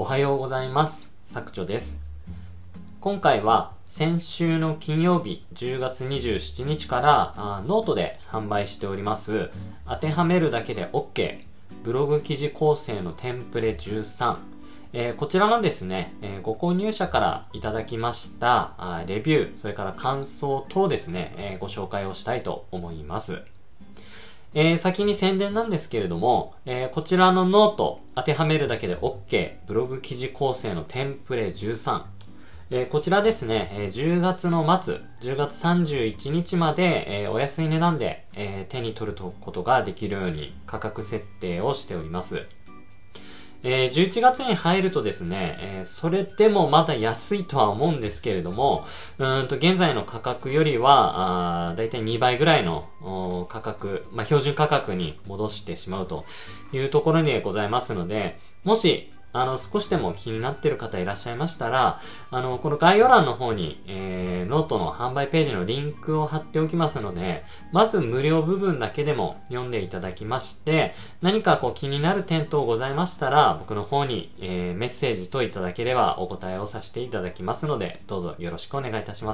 はようございます。作長です。今回は先週の金曜日10月27日からノートで販売しております当てはめるだけで OK ブログ記事構成のテンプレ13、こちらのですね、ご購入者からいただきましたレビュー、それから感想等ですね、ご紹介をしたいと思います。先に宣伝なんですけれども、こちらのノート当てはめるだけで OK ブログ記事構成のテンプレ13、こちらですね、10月の末10月31日まで、お安い値段で、手に取ることができるように価格設定をしております。11月に入るとですね、それでもまだ安いとは思うんですけれども、現在の価格よりはだいたい2倍ぐらいの価格、標準価格に戻してしまうというところでございますので、もし少しでも気になっている方いらっしゃいましたら、この概要欄の方に、ノートの販売ページのリンクを貼っておきますので、まず無料部分だけでも読んでいただきまして、何か気になる点等ございましたら、僕の方に、メッセージといただければお答えをさせていただきますので、どうぞよろしくお願いいたします。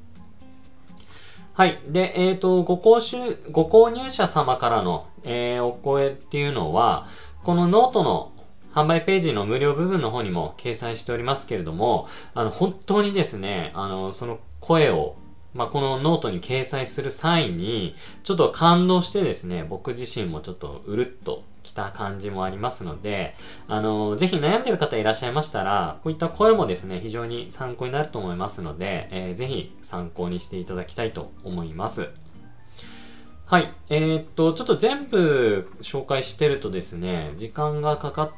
はい。で、ご購入者様からの、お声っていうのは、このノートの販売ページの無料部分の方にも掲載しておりますけれども、本当にですね、その声を、このノートに掲載する際に、ちょっと感動してですね、僕自身もちょっとうるっときた感じもありますので、ぜひ悩んでいる方いらっしゃいましたら、こういった声もですね、非常に参考になると思いますので、ぜひ参考にしていただきたいと思います。はい。ちょっと全部紹介してるとですね、時間がかかって、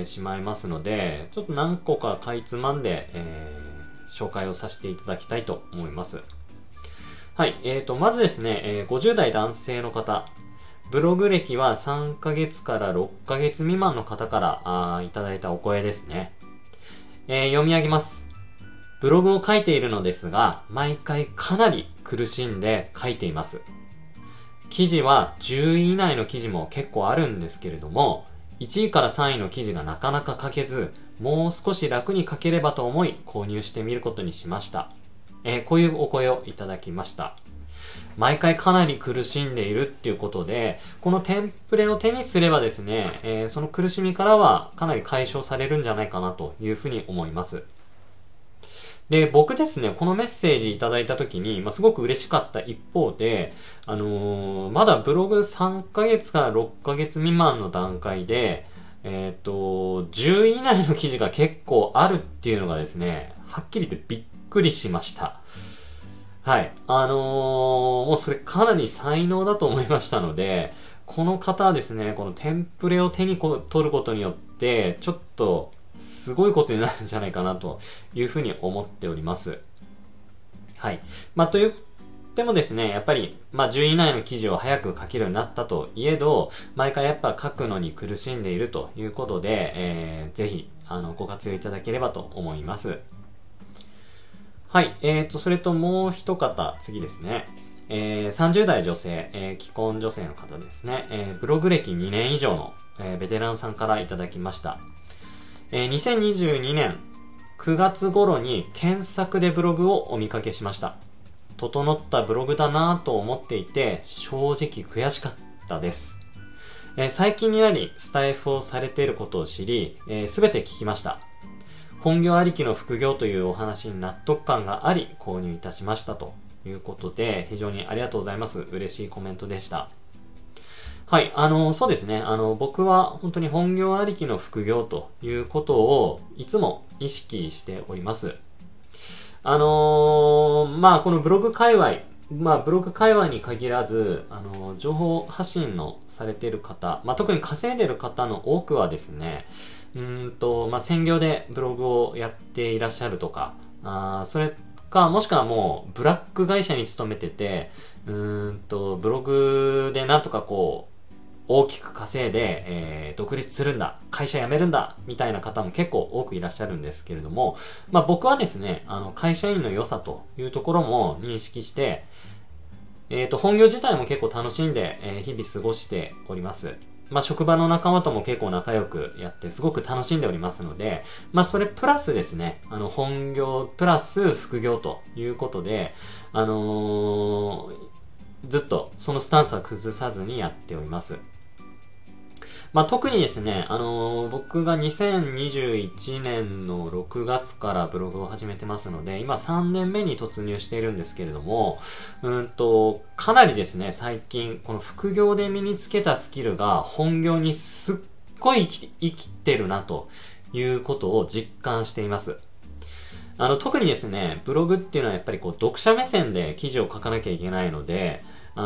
しまいますので、ちょっと何個かかいつまんで、紹介をさせていただきたいと思います。はい。まずですね、50代男性の方、ブログ歴は3ヶ月から6ヶ月未満の方からいただいたお声ですね。読み上げます。ブログを書いているのですが、毎回かなり苦しんで書いています。記事は10位以内の記事も結構あるんですけれども、1位から3位の記事がなかなか書けず、もう少し楽に書ければと思い購入してみることにしました。こういうお声をいただきました。毎回かなり苦しんでいるっていうことで、このテンプレを手にすればですね、その苦しみからはかなり解消されるんじゃないかなというふうに思います。で、僕ですね、このメッセージいただいたときに、すごく嬉しかった一方で、まだブログ3ヶ月から6ヶ月未満の段階で、10位以内の記事が結構あるっていうのがですね、はっきり言ってびっくりしました。はい。もうそれかなり才能だと思いましたので、この方はですね、このテンプレを手に取ることによって、ちょっと、すごいことになるんじゃないかなというふうに思っております。はい。と言ってもですね、やっぱり、10位以内の記事を早く書けるようになったといえど、毎回やっぱ書くのに苦しんでいるということで、ぜひ、ご活用いただければと思います。はい。それともう一方、次ですね。30代女性、既婚女性の方ですね。ブログ歴2年以上の、ベテランさんからいただきました。2022年9月頃に検索でブログをお見かけしました。整ったブログだなぁと思っていて正直悔しかったです。最近になりスタイフをされていることを知り、すべて聞きました。本業ありきの副業というお話に納得感があり購入いたしましたということで、非常にありがとうございます。嬉しいコメントでした。はい、そうですね。僕は本当に本業ありきの副業ということをいつも意識しております。このブログ界隈、ブログ界隈に限らず、情報発信のされている方、特に稼いでいる方の多くはですね、専業でブログをやっていらっしゃるとか、それか、もしくはもう、ブラック会社に勤めてて、ブログでなんとか大きく稼いで、独立するんだ、会社辞めるんだ、みたいな方も結構多くいらっしゃるんですけれども、僕はですね、会社員の良さというところも認識して、本業自体も結構楽しんで、日々過ごしております。 職場の仲間とも結構仲良くやってすごく楽しんでおりますので、それプラスですね、本業プラス副業ということで、ずっとそのスタンスは崩さずにやっております。特にですね、僕が2021年の6月からブログを始めてますので、今3年目に突入しているんですけれども、かなりですね、最近、この副業で身につけたスキルが本業にすっごい生きてるなということを実感しています。特にですね、ブログっていうのはやっぱり読者目線で記事を書かなきゃいけないので、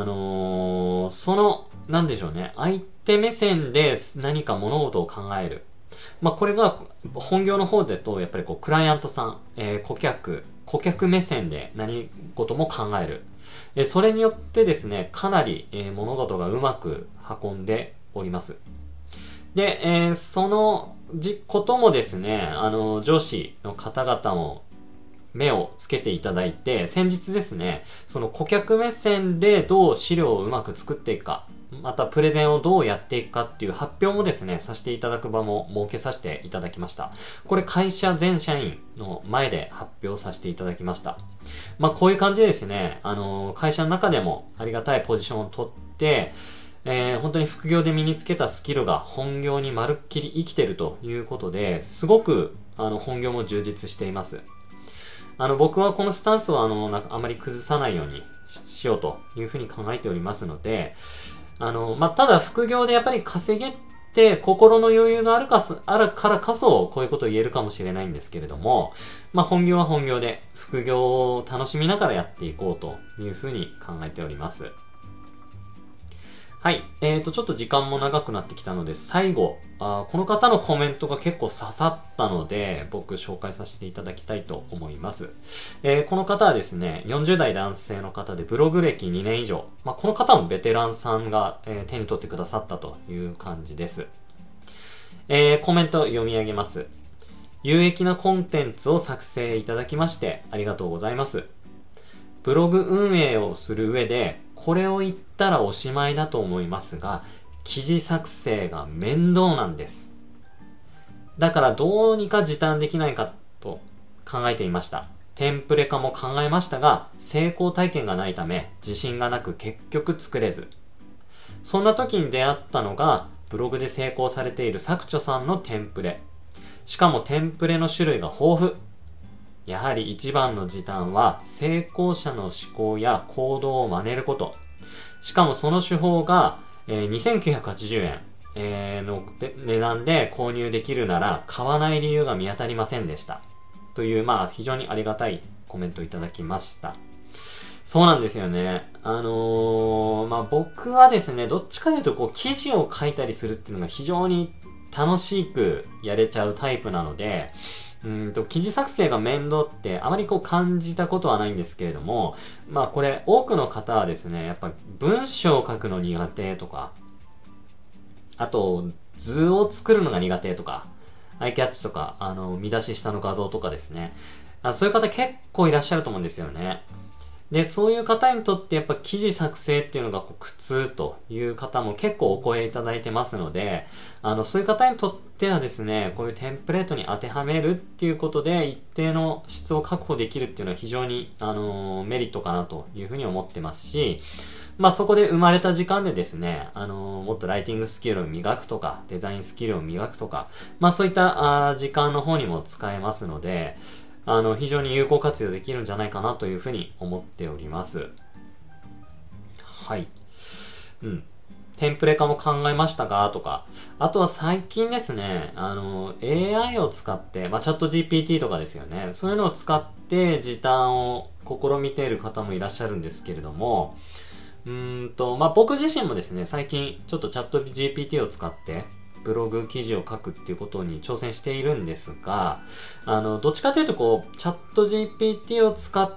なんでしょうね、相手目線で何か物事を考える。これが本業の方だと、やっぱりクライアントさん、顧客目線で何事も考える。それによってですね、かなり、物事がうまく運んでおります。で、そのこともですね、上司の方々も目をつけていただいて、先日ですね、その顧客目線でどう資料をうまく作っていくか、またプレゼンをどうやっていくかっていう発表もですね、させていただく場も設けさせていただきました。これ会社全社員の前で発表させていただきました。こういう感じでですね、会社の中でもありがたいポジションを取って、本当に副業で身につけたスキルが本業にまるっきり生きてるということで、すごく本業も充実しています。僕はこのスタンスをあまり崩さないようにしようというふうに考えておりますので、ただ副業でやっぱり稼げて心の余裕があるからこそこういうことを言えるかもしれないんですけれども、本業は本業で副業を楽しみながらやっていこうというふうに考えております。はい。ちょっと時間も長くなってきたので、最後、この方のコメントが結構刺さったので、僕紹介させていただきたいと思います。この方はですね、40代男性の方でブログ歴2年以上。この方もベテランさんが、手に取ってくださったという感じです。コメント読み上げます。有益なコンテンツを作成いただきましてありがとうございます。ブログ運営をする上で、これを言ったらおしまいだと思いますが、記事作成が面倒なんです。だからどうにか時短できないかと考えていました。テンプレ化も考えましたが、成功体験がないため、自信がなく結局作れず。そんな時に出会ったのが、ブログで成功されている作著さんのテンプレ。しかもテンプレの種類が豊富。やはり一番の時短は成功者の思考や行動を真似ること。しかもその手法が、2980円、の値段で購入できるなら買わない理由が見当たりませんでした。という、非常にありがたいコメントいただきました。そうなんですよね。僕はですね、どっちかというと記事を書いたりするっていうのが非常に楽しくやれちゃうタイプなので、記事作成が面倒ってあまり感じたことはないんですけれども、これ多くの方はですね、やっぱ文章を書くの苦手とか、あと図を作るのが苦手とか、アイキャッチとか、見出し下の画像とかですね。そういう方結構いらっしゃると思うんですよね。で、そういう方にとってやっぱ記事作成っていうのが苦痛という方も結構お声いただいてますので、そういう方にとってはですね、こういうテンプレートに当てはめるっていうことで一定の質を確保できるっていうのは非常に、メリットかなというふうに思ってますし、そこで生まれた時間でですね、もっとライティングスキルを磨くとか、デザインスキルを磨くとか、そういった時間の方にも使えますので、非常に有効活用できるんじゃないかなというふうに思っております。はい。テンプレ化も考えましたがとか、あとは最近ですね、AI を使って、チャット GPT とかですよね。そういうのを使って時短を試みている方もいらっしゃるんですけれども、僕自身もですね、最近ちょっとチャット GPT を使って、ブログ記事を書くっていうことに挑戦しているんですが、どっちかというとチャット GPT を使って、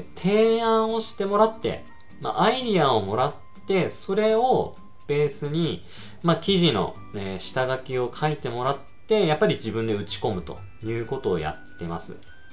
提案をしてもらって、アイディアをもらって、それをベースに、記事の、下書きを書いてもらって、やっぱり自分で打ち込むということをやってます。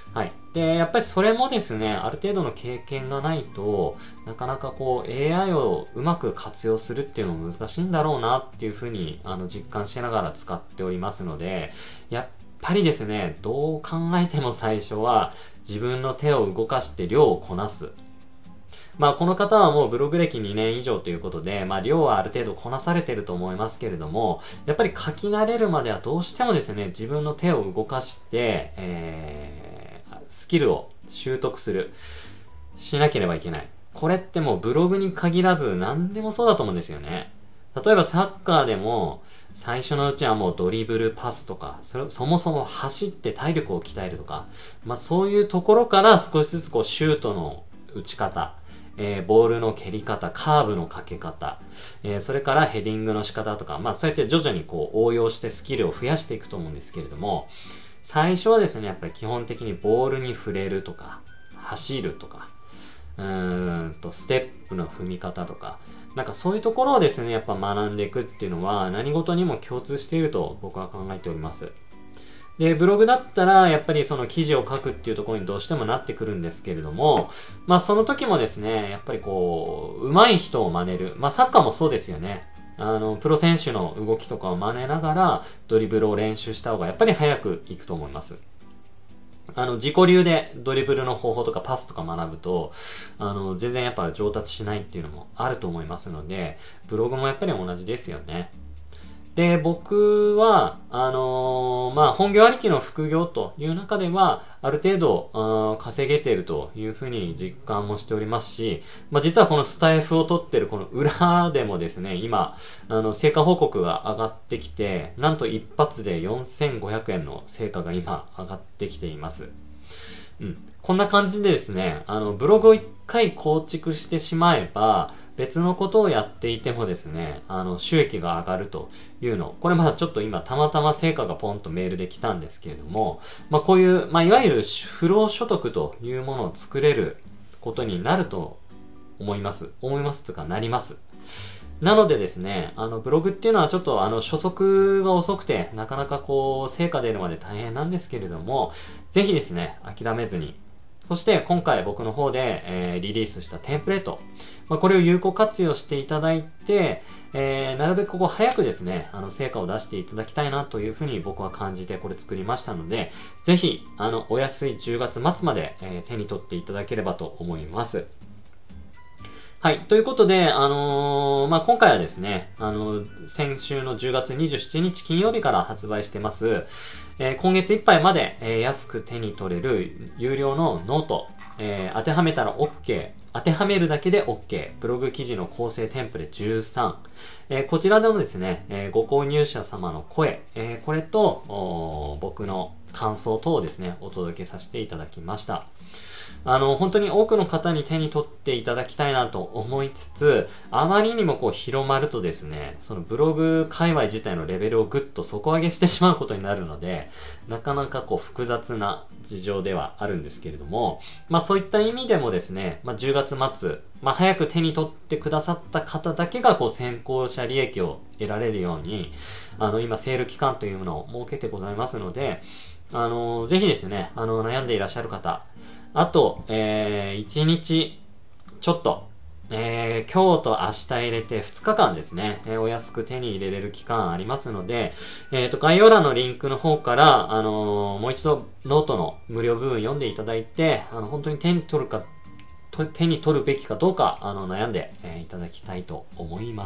はい。で、やっぱりそれもですね、ある程度の経験がないと、なかなかこう AI をうまく活用するっていうのも難しいんだろうなっていうふうに実感しながら使っておりますので、やっぱりですね、どう考えても最初は自分の手を動かして量をこなす。まあこの方はもうブログ歴2年以上ということで、まあ量はある程度こなされてると思いますけれども、やっぱり書き慣れるまではどうしてもですね、自分の手を動かして、スキルを習得しなければいけない。これってもうブログに限らず何でもそうだと思うんですよね。例えばサッカーでも最初のうちはもうドリブルパスとか、そもそも走って体力を鍛えるとか、まあそういうところから少しずつこうシュートの打ち方、ボールの蹴り方、カーブのかけ方、それからヘディングの仕方とか、まあそうやって徐々にこう応用してスキルを増やしていくと思うんですけれども、最初はですね、やっぱり基本的にボールに触れるとか、走るとか、ステップの踏み方とか、なんかそういうところをですね、やっぱ学んでいくっていうのは何事にも共通していると僕は考えております。で、ブログだったら、やっぱりその記事を書くっていうところにどうしてもなってくるんですけれども、まあその時もですね、やっぱりこう、上手い人を真似る。まあサッカーもそうですよね。プロ選手の動きとかを真似ながら、ドリブルを練習した方がやっぱり早くいくと思います。自己流でドリブルの方法とかパスとか学ぶと、全然やっぱ上達しないっていうのもあると思いますので、ブログもやっぱり同じですよね。で、僕は、まあ、本業ありきの副業という中では、ある程度、稼げているというふうに実感もしておりますし、まあ、実はこのスタイフを取ってるこの裏でもですね、今、成果報告が上がってきて、なんと一発で4500円の成果が今上がってきています。うん。こんな感じでですね、ブログを一回構築してしまえば、別のことをやっていてもですね、収益が上がるというの。これまあちょっと今たまたま成果がポンとメールで来たんですけれども、まあこういう、まあいわゆる不労所得というものを作れることになると思います。思いますというかなります。なのでですね、ブログっていうのはちょっと初速が遅くて、なかなかこう、成果出るまで大変なんですけれども、ぜひですね、諦めずに、そして今回僕の方で、リリースしたテンプレート、まあ、これを有効活用していただいて、なるべくここ早くですね、成果を出していただきたいなというふうに僕は感じてこれ作りましたので、ぜひ、お安い10月末まで、手に取っていただければと思います。はい。ということで、まあ、今回はですね、先週の10月27日金曜日から発売してます、今月いっぱいまで、安く手に取れる有料のノート、当てはめたら OK、当てはめるだけで OK、ブログ記事の構成テンプレ13、こちらでもですね、ご購入者様の声、これと、僕の感想等をですね、お届けさせていただきました。本当に多くの方に手に取っていただきたいなと思いつつ、あまりにもこう広まるとですね、そのブログ界隈自体のレベルをぐっと底上げしてしまうことになるので、なかなかこう複雑な事情ではあるんですけれども、まあそういった意味でもですね、まあ10月末、まあ早く手に取ってくださった方だけがこう先行者利益を得られるように、今セール期間というものを設けてございますので、ぜひですね、悩んでいらっしゃる方、あと、1日、ちょっと、今日と明日入れて2日間ですね、お安く手に入れれる期間ありますので、概要欄のリンクの方から、もう一度ノートの無料部分読んでいただいて、本当に手に取るべきかどうか、悩んで、いただきたいと思います。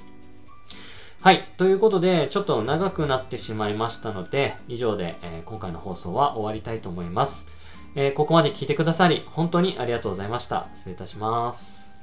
はい。ということで、ちょっと長くなってしまいましたので、以上で、今回の放送は終わりたいと思います。ここまで聞いてくださり、本当にありがとうございました。失礼いたします。